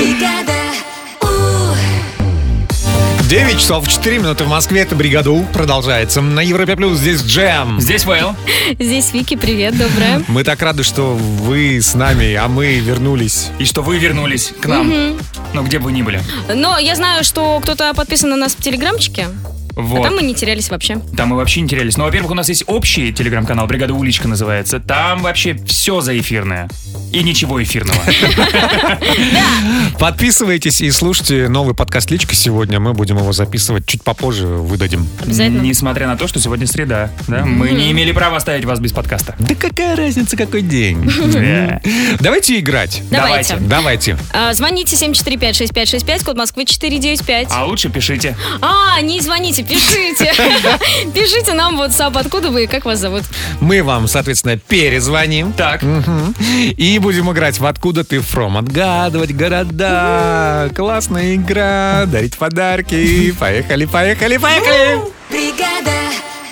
9 часов 4 минуты в Москве. Это бригада У. Продолжается. На Европе Плюс здесь Джем. Здесь Вэлл. Здесь Вики, привет, доброе. Мы так рады, что вы с нами, а мы вернулись. И что вы вернулись к нам. Ну, где бы вы ни были. Но я знаю, что кто-то подписан на нас в Телеграмчике. Вот. А там мы не терялись вообще. Там мы вообще не терялись. Ну, во-первых, у нас есть общий телеграм-канал, «Бригада Уличка» называется. Там вообще все заэфирное. И ничего эфирного. Подписывайтесь и слушайте новый подкаст «Личка» сегодня. Мы будем его записывать чуть попозже, выдадим. Обязательно. Несмотря на то, что сегодня среда. Да? Мы не имели права оставить вас без подкаста. Да какая разница, какой день? Давайте играть. Давайте. Звоните 745-6565, код Москвы 495. А лучше пишите. Не звоните, пишите. Пишите нам в WhatsApp, откуда вы и как вас зовут. Мы вам, соответственно, перезвоним. Так. И будем играть в «Откуда ты from?». Отгадывать города. Классная игра. Дарить подарки. Поехали. Бригада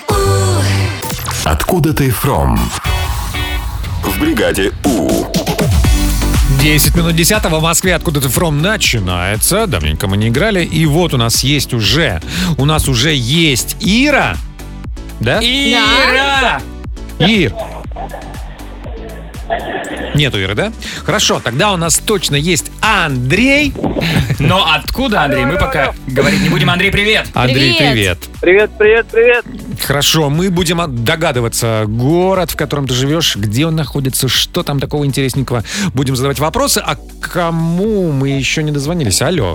Откуда ты from? В бригаде У. 10 минут 10 в Москве «Откуда ты from» начинается. Давненько мы не играли. И вот у нас уже есть Ира. Да? Ира! Ир. Нету Иры, да? Хорошо, тогда у нас точно есть Андрей. Но откуда, Андрей, мы пока говорить не будем. Андрей, привет! Андрей, привет. Привет. Хорошо, мы будем догадываться город, в котором ты живешь, где он находится, что там такого интересненького. Будем задавать вопросы, а кому мы еще не дозвонились? Алло,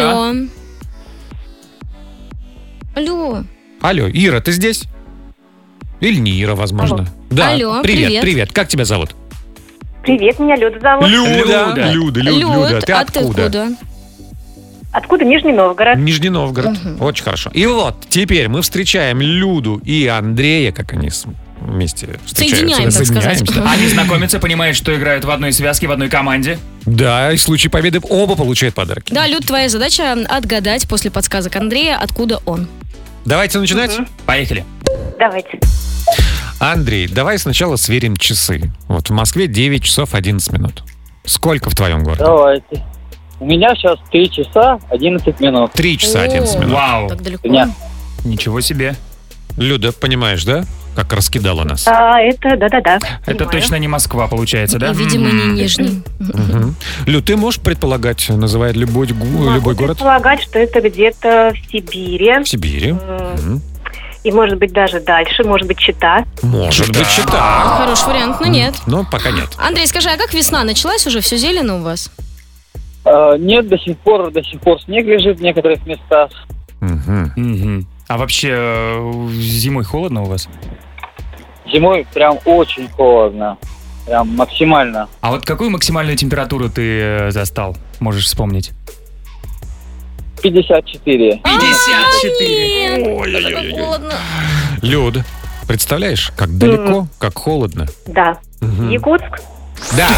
Ира, ты здесь? Или не Ира, возможно. Алло. Да. Алло, Привет. Как тебя зовут? Привет, меня Люда зовут. Люда. Ты откуда? Откуда? Нижний Новгород. Нижний Новгород. Очень хорошо. И вот, теперь мы встречаем Люду и Андрея, как они вместе встречаются. Соединяемся. Они знакомятся, понимают, что играют в одной связке, в одной команде. Да, и в случае победы оба получают подарки. Да, Люд, твоя задача отгадать после подсказок Андрея, откуда он. Давайте начинать. Поехали. Давайте. Андрей, давай сначала сверим часы. Вот в Москве 9 часов 11 минут. Сколько в твоем городе? Давайте. У меня сейчас 3 часа 11 минут. 3 часа 11 минут. Вау. Так далеко. Ничего себе. Люда, понимаешь, да? Как раскидала нас. Это, да. Это точно не Москва, получается, да? Видимо, не Нижний. Люд, ты можешь предполагать, называя любой город? Предполагать, что это где-то в Сибири. В Сибири. И может быть даже дальше, может быть Чита. Может быть Чита. Хороший вариант, но нет. Но пока нет. Андрей, скажи, а как весна началась уже? Все зелено у вас? Нет, до сих пор снег лежит в некоторых местах. А вообще зимой холодно у вас? Зимой прям очень холодно. Прям максимально. А вот какую максимальную температуру ты застал? Можешь вспомнить? 54. 54! Ой-ой-ой. Люд, представляешь, как далеко, как холодно? Да. Якутск. Да.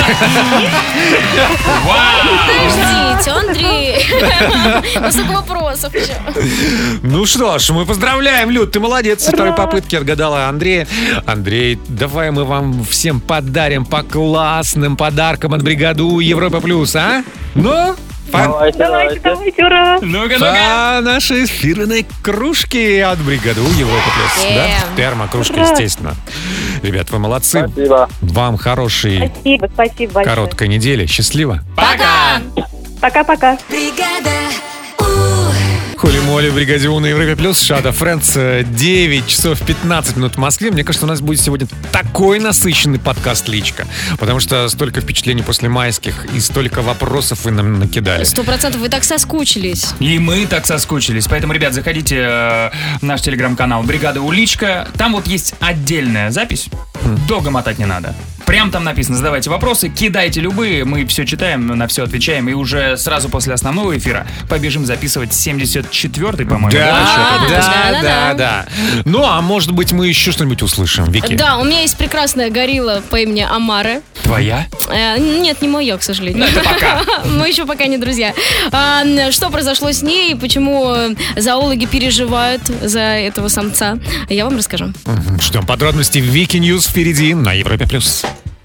Подождите, Андрей. Столько вопросов еще. Ну что ж, мы поздравляем, Люд, ты молодец. Со второй попытки отгадала Андрея. Андрей, давай мы вам всем подарим по классным подаркам от бригады Европа Плюс, а? Ну? Давайте, ура! Ну-ка. По нашей фирменной кружке от бригады Европа Плюс. Да? Термокружка, естественно. Ребят, вы молодцы. Спасибо. Вам хорошей Спасибо большое. короткой недели. Счастливо. Пока! Пока-пока. Бригада Хули-моли в бригаде У на Европе Плюс. Шада Френдс. 9 часов 15 минут в Москве. Мне кажется, у нас будет сегодня такой насыщенный подкаст «Личка». Потому что столько впечатлений после майских и столько вопросов вы нам накидали. 100% вы так соскучились. И мы так соскучились. Поэтому, ребят, заходите в наш телеграм-канал «Бригада У Личка». Там вот есть отдельная запись. Долго мотать не надо. Прям там написано: задавайте вопросы, кидайте любые, мы все читаем, на все отвечаем. И уже сразу после основного эфира побежим записывать 74-й, по-моему. Да. Ну, а может быть, мы еще что-нибудь услышим, Вики? Да, у меня есть прекрасная горилла по имени Амара. Твоя? Нет, не моя, к сожалению. Это пока. Мы еще пока не друзья. Что произошло с ней, почему зоологи переживают за этого самца, я вам расскажу. Ждем подробностей в Вики Ньюс впереди на Европе Плюс.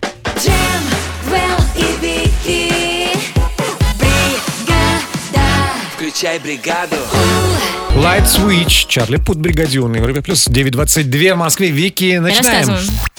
Включай бригаду. Light Switch, Чарли Пут, бригаде У на Европе Плюс. 9:22 в Москве. Вики, начинаем.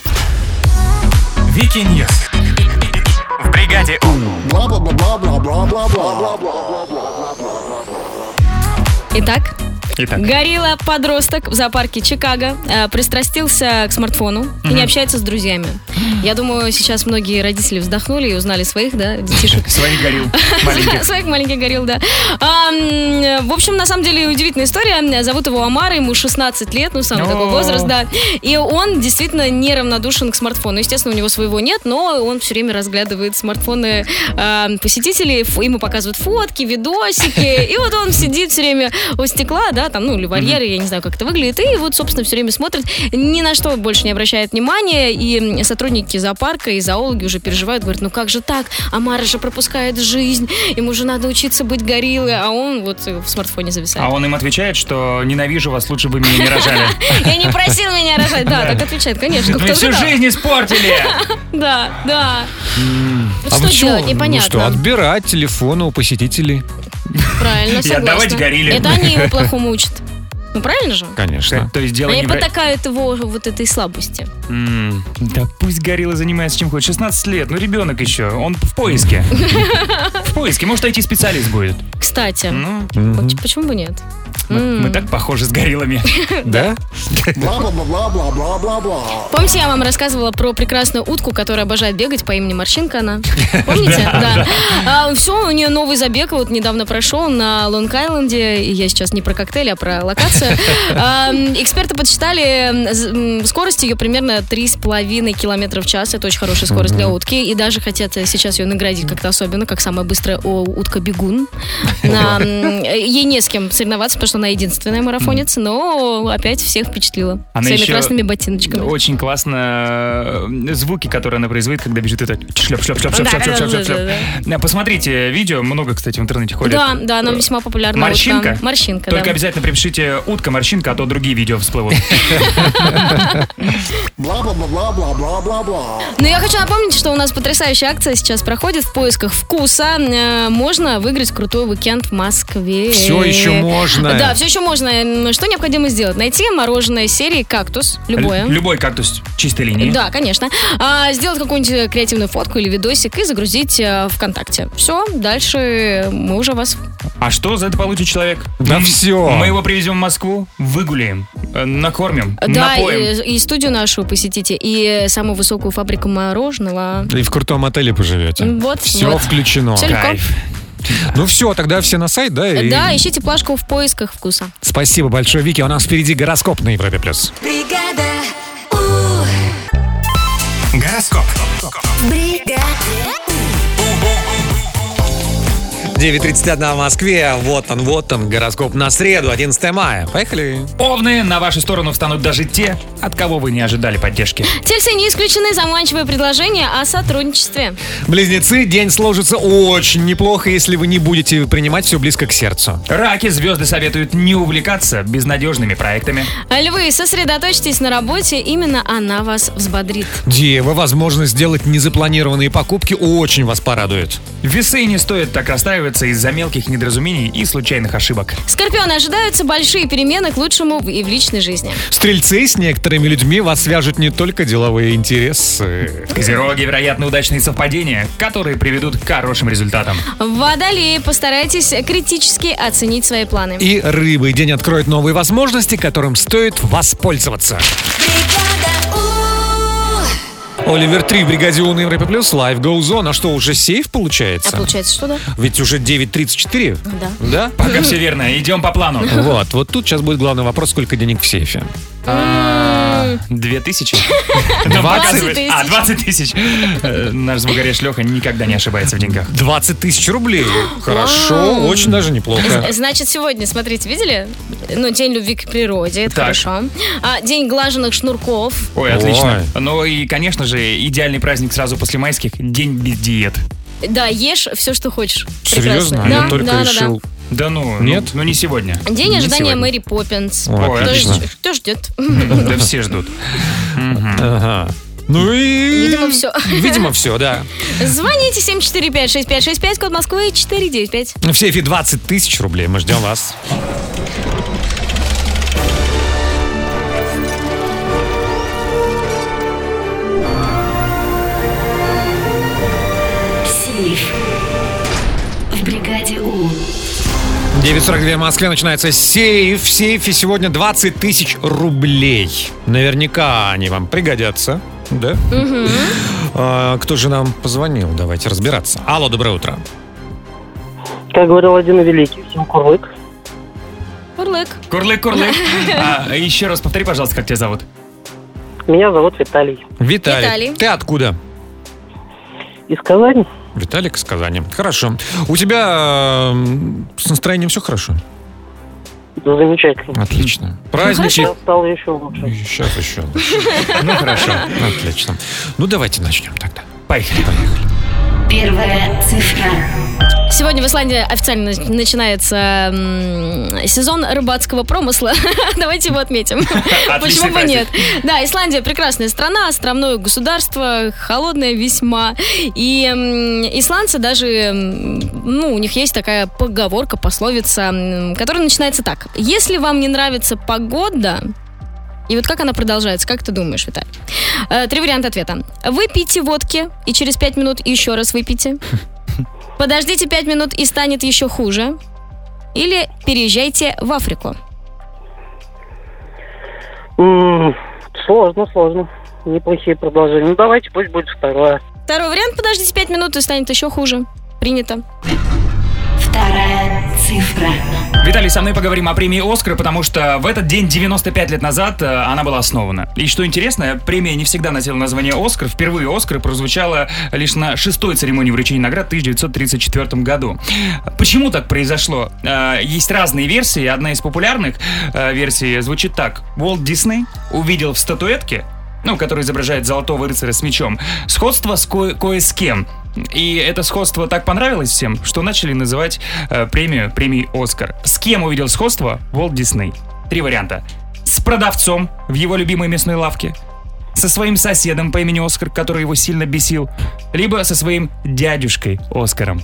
Вики Ньюс в бригаде У. Итак, Итак. Горилла-подросток в зоопарке Чикаго пристрастился к смартфону и не общается с друзьями. Я думаю, сейчас многие родители вздохнули и узнали своих, да, детишек. Своих горилл маленьких. Своих маленьких горилл, да. В общем, на самом деле, удивительная история. Зовут его Омар, ему 16 лет, ну, самый такой возраст, да. И он действительно неравнодушен к смартфону. Естественно, у него своего нет, но он все время разглядывает смартфоны посетителей, ему показывают фотки, видосики. И вот он сидит все время у стекла, да, там, ну, или вольеры, я не знаю, как это выглядит. И вот, собственно, все время смотрит, ни на что больше не обращает внимания. И сотрудники зоопарка и зоологи уже переживают, говорят, ну как же так? Омар же пропускает жизнь, ему же надо учиться быть гориллой, а он вот в смартфоне зависает. А он им отвечает, что ненавижу вас, лучше бы меня не рожали. Я не просил меня рожать. Да, так отвечает, конечно. Вы всю жизнь испортили. Да, да. А Что делать, непонятно. Ну что, отбирать телефоны у посетителей. Правильно, согласна. И отдавать горилле. Это они его плохому учат. Ну, правильно же? Конечно. То есть дело Они не потакают его вот этой слабости. Да пусть горилла занимается чем хочет. 16 лет, ну ребенок еще. Он в поиске. В поиске. Может, IT-специалист будет. Кстати, почему бы нет? Мы так похожи с гориллами. Да? Бла-бла-бла-бла-бла-бла-бла. Помните, я вам рассказывала про прекрасную утку, которая обожает бегать по имени Морщинка она? Помните? Да. Все, у нее новый забег вот недавно прошел на Лонг-Айленде. И я сейчас не про коктейль, а про локацию. Эксперты подсчитали скорость ее примерно 3,5 км в час. Это очень хорошая скорость для утки. И даже хотят сейчас ее наградить как-то особенно, как самая быстрая утка-бегун. Ей не с кем соревноваться, потому что она единственная марафонец, но опять всех впечатлила Она своими еще красными ботиночками. Очень классно звуки, которые она производит, когда бежит, это шлеп-шлеп-шлеп-шлеп-шлеп-шлеп. Посмотрите видео, много, кстати, в интернете ходит. Да, она весьма популярна. Морщинка? Морщинка, Только да. обязательно припишите утка-морщинка, а то другие видео всплывут. Бла-бла-бла-бла-бла-бла-бла. Но я хочу напомнить, что у нас потрясающая акция сейчас проходит в поисках вкуса. Можно выиграть крутой уикенд в Москве. Все еще можно. Да, все еще можно. Что необходимо сделать? Найти мороженое серии «Кактус». Любое. Любой кактус чистой линии. Да, конечно. Сделать какую-нибудь креативную фотку или видосик и загрузить ВКонтакте. Все, дальше мы уже вас... А что за это получит человек? Да все. Мы его привезем в Москву, выгуляем, накормим, Да, напоим. и студию нашу посетите, и самую высокую фабрику мороженого. И в крутом отеле поживете. Вот, Все вот. включено. Все легко. Кайф. Ну все, тогда все на сайт, да? и- Да, ищите плашку в поисках вкуса. Спасибо большое, Вики. У нас впереди гороскоп на Европе+. Бригада 9:31 в Москве. Вот он, гороскоп на среду, 11 мая. Поехали. Овны, на вашу сторону встанут даже те, от кого вы не ожидали поддержки. Тельцы, не исключены заманчивые предложения о сотрудничестве. Близнецы, день сложится очень неплохо, если вы не будете принимать все близко к сердцу. Раки, звезды советуют не увлекаться безнадежными проектами. Львы, сосредоточьтесь на работе, именно она вас взбодрит. Девы, возможность сделать незапланированные покупки очень вас порадует. Весы, не стоит так расстраиваться из-за мелких недоразумений и случайных ошибок. Скорпионы, ожидаются большие перемены к лучшему и в личной жизни. Стрельцы, с некоторыми людьми вас свяжут не только деловые интересы. Козероги, вероятно, удачные совпадения, которые приведут к хорошим результатам. Водолеи, постарайтесь критически оценить свои планы. И рыбы, день откроет новые возможности, которым стоит воспользоваться. Оливер 3 в бригаде У на Европе Плюс, Life Goes On. А что, уже сейф получается? А получается, что да? Ведь уже 9:34. Да. Да? Пока все верно, идем по плану. Вот тут сейчас будет главный вопрос, сколько денег в сейфе. 2000? 20 тысяч. 20 тысяч. Наш звукорежь Леха никогда не ошибается в деньгах. 20 тысяч рублей. Хорошо, очень даже неплохо. Значит, сегодня, смотрите, видели? Ну, день любви к природе, это Так. хорошо. День глаженных шнурков. Ой, отлично. Ну и, конечно же, идеальный праздник сразу после майских – день без диет. Да, ешь все, что хочешь. Серьезно? Прекрасно. Я Да, только да, да, решил. Да ну, Нет? ну не сегодня. да. День Не ожидания сегодня. Мэри Поппинс. Ой, отлично. Кто ждет? Да все ждут. Ага. Ну и... Видимо, все. Видимо, все, да. Звоните 745-6565, код Москвы 495. В сейфе 20 тысяч рублей. Мы ждем вас. Сейф в бригаде У. 9:42 в Москве, начинается сейф. В сейфе сегодня 20 тысяч рублей. Наверняка они вам пригодятся, да? Кто же нам позвонил? Давайте разбираться. Алло, доброе утро. Как говорил один великий, всем курлык. Курлык. Курлык. Еще раз повтори, пожалуйста, как тебя зовут? Меня зовут Виталий. Виталий. Ты откуда? Из Казани. Виталик из Казани. Хорошо. У тебя с настроением все хорошо? Да, замечательно. Отлично. Праздники. Сейчас стало еще лучше. Сейчас еще лучше. Ну, хорошо. Отлично. Ну, давайте начнем тогда. Поехали. Первая цифра. Сегодня в Исландии официально начинается сезон рыбацкого промысла. Давайте его отметим. Почему бы нет? Да, Исландия прекрасная страна, островное государство, холодное весьма. И исландцы даже, у них есть такая поговорка, пословица, которая начинается так. Если вам не нравится погода... И вот как она продолжается, как ты думаешь, Виталий? 3 варианта ответа. Выпейте водки и через 5 минут еще раз выпейте. Подождите 5 минут и станет еще хуже. Или переезжайте в Африку. Сложно. Неплохие продолжения. Ну, давайте, пусть будет второе. Второй вариант. Подождите 5 минут и станет еще хуже. Принято. Вторая цифра. Виталий, со мной поговорим о премии «Оскар», потому что в этот день 95 лет назад она была основана. И что интересно, премия не всегда носила название «Оскар». Впервые «Оскар» прозвучало лишь на 6-й церемонии вручения наград в 1934 году. Почему так произошло? Есть разные версии. Одна из популярных версий звучит так. Уолт Дисней увидел в статуэтке, который изображает золотого рыцаря с мечом, сходство с кое с кем. И это сходство так понравилось всем, что начали называть премией «Оскар». С кем увидел сходство Уолт Дисней? 3 варианта. С продавцом в его любимой мясной лавке, со своим соседом по имени Оскар, который его сильно бесил, либо со своим дядюшкой Оскаром.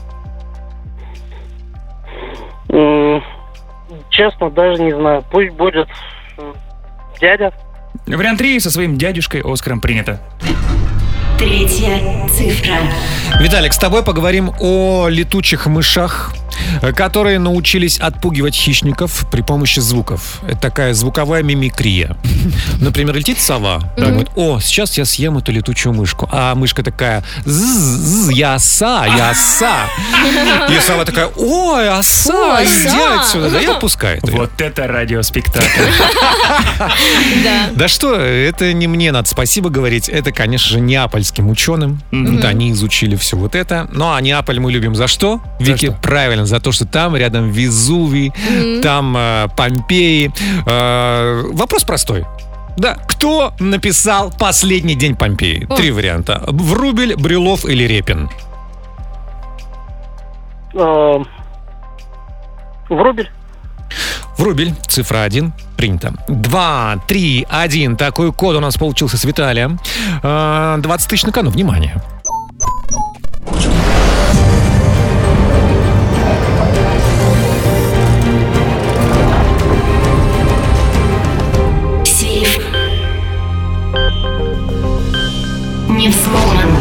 Честно, даже не знаю. Пусть будет дядя. Вариант 3 со своим дядюшкой Оскаром принято. Третья цифра. Виталик, с тобой поговорим о летучих мышах, которые научились отпугивать хищников при помощи звуков. Это такая звуковая мимикрия. Например, летит сова, говорит: о, сейчас я съем эту летучую мышку. А мышка такая: яса. И сова такая: ой, оса, иди отсюда. Да, и отпускает ее. Вот это радиоспектакль. Да что, это не мне надо спасибо говорить. Это, конечно же, неапольским ученым. Вот они изучили все вот это. Ну, а Неаполь мы любим за что? Вики, правильно, за то, что там рядом Везувий, там Помпеи. Вопрос простой. Да, кто написал «Последний день Помпеи»? 3 варианта. Врубель, Брюлов или Репин? Врубель. Врубель, цифра 1, принято. 2, 3, 1. Такой код у нас получился с Виталием. 20 тысяч на кону, внимание. Сейф не взломан.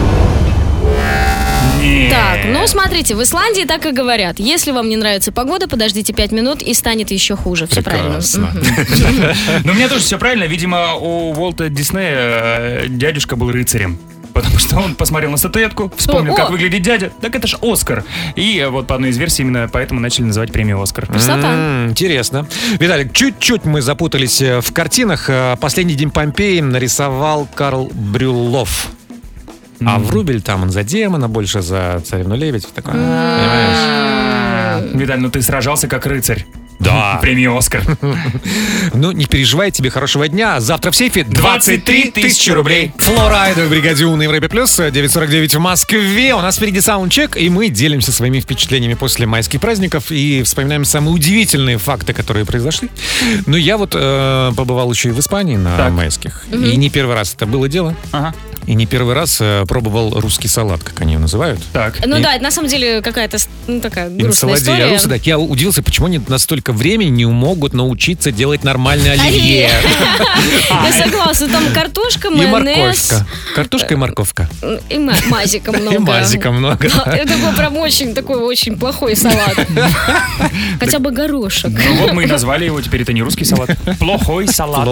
Так, смотрите, в Исландии так и говорят. Если вам не нравится погода, подождите 5 минут и станет еще хуже. Все правильно. Но у меня тоже все правильно. Видимо, у Уолта Диснея дядюшка был рыцарем. Потому что он посмотрел на статуэтку, вспомнил, как выглядит дядя. Так это ж Оскар. И вот по одной из версий именно поэтому начали называть премию Оскар. Интересно. Виталик, чуть-чуть мы запутались в картинах. «Последний день Помпеи» нарисовал Карл Брюлов. А Врубель там он за демона, больше за царевну лебедь. Такое, понимаешь? Виталь, ты сражался как рыцарь. Да. Премию «Оскар». Ну, не переживай, тебе хорошего дня. Завтра в сейфе 23 тысячи рублей. Флорайда в «Бригаде У» на Европе+, 9:49 в Москве. У нас впереди саундчек, и мы делимся своими впечатлениями после майских праздников и вспоминаем самые удивительные факты, которые произошли. Но я вот побывал еще и в Испании на майских. И не первый раз это было дело. И не первый раз пробовал русский салат, как они его называют. Так. Ну да, это на самом деле какая-то такая грустная история. Русы, так я удивился, почему они настолько времени не могут научиться делать нормальное оливье. Я согласна, там картошка, И майонез. морковка. Картошка и морковка. И мазика много. И мазика много. Это был прям очень плохой салат. Хотя бы горошек. Ну вот мы и назвали его, теперь это не русский салат. Плохой салат.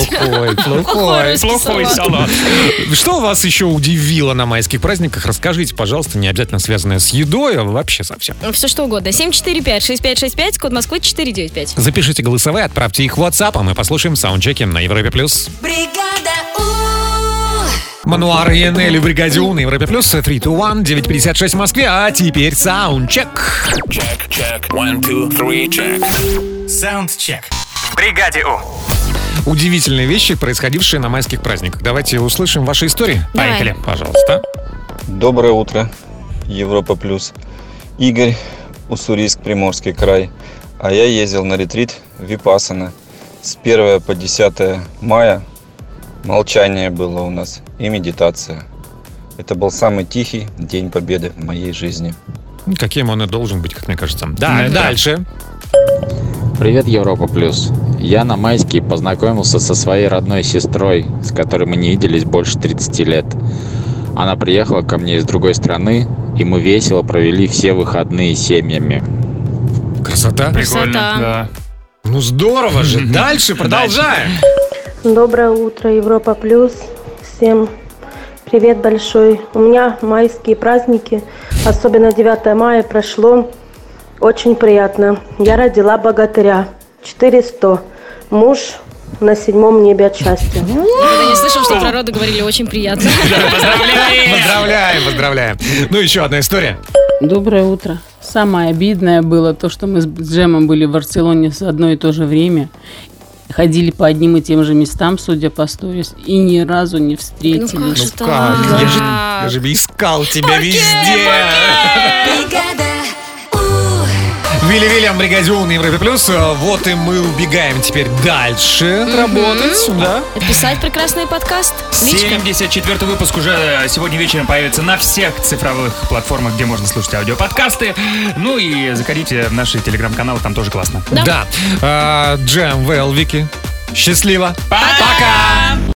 Плохой салат. Что вас еще удивило на майских праздниках? Расскажите, пожалуйста, не обязательно связанное с едой, а вообще совсем. Все что угодно. 745-6565, код Москвы 495. Запишите голосовые, отправьте их в WhatsApp, а мы послушаем в саундчеке на Европе+. Бригада Мануар и Энели в бригаде У на Европе+. 3, 2, 1, 9:56 в Москве. А теперь саундчек. Check. 1, 2, 3, check. Саундчек. В бригаде У. Удивительные вещи, происходившие на майских праздниках. Давайте услышим ваши истории. Давай. Поехали, пожалуйста. Доброе утро, Европа Плюс. Игорь, Уссурийск, Приморский край. А я ездил на ретрит в Випассана. С 1 по 10 мая молчание было у нас и медитация. Это был самый тихий День Победы в моей жизни. Каким он и должен быть, как мне кажется. Да, дальше. Привет, Европа Плюс. Я на майские познакомился со своей родной сестрой, с которой мы не виделись больше 30 лет. Она приехала ко мне из другой страны, и мы весело провели все выходные с семьями. Красота. Прикольно, да. Ну здорово же. Дальше продолжаем. Доброе утро, Европа Плюс. Всем привет большой. У меня майские праздники, особенно 9 мая, прошло очень приятно. Я родила богатыря. 400. Муж на 7 небе от счастья. Я не слышал, что про роды говорили очень приятно. Поздравляем. Ну, еще одна история. Доброе утро. Самое обидное было то, что мы с Джемом были в Барселоне в одно и то же время. Ходили по одним и тем же местам, судя по сторис, и ни разу не встретились. Ну как же Ну как? Я же искал тебя везде. Вилли Вильям в бригаде У на Европе Плюс. Вот и мы убегаем теперь дальше работать. Да? Писать прекрасный подкаст. Личка. 74-й выпуск уже сегодня вечером появится на всех цифровых платформах, где можно слушать аудиоподкасты. Ну и заходите в наши телеграм-каналы, там тоже классно. Да. Джем, Вэл, Вики. Счастливо. Пока!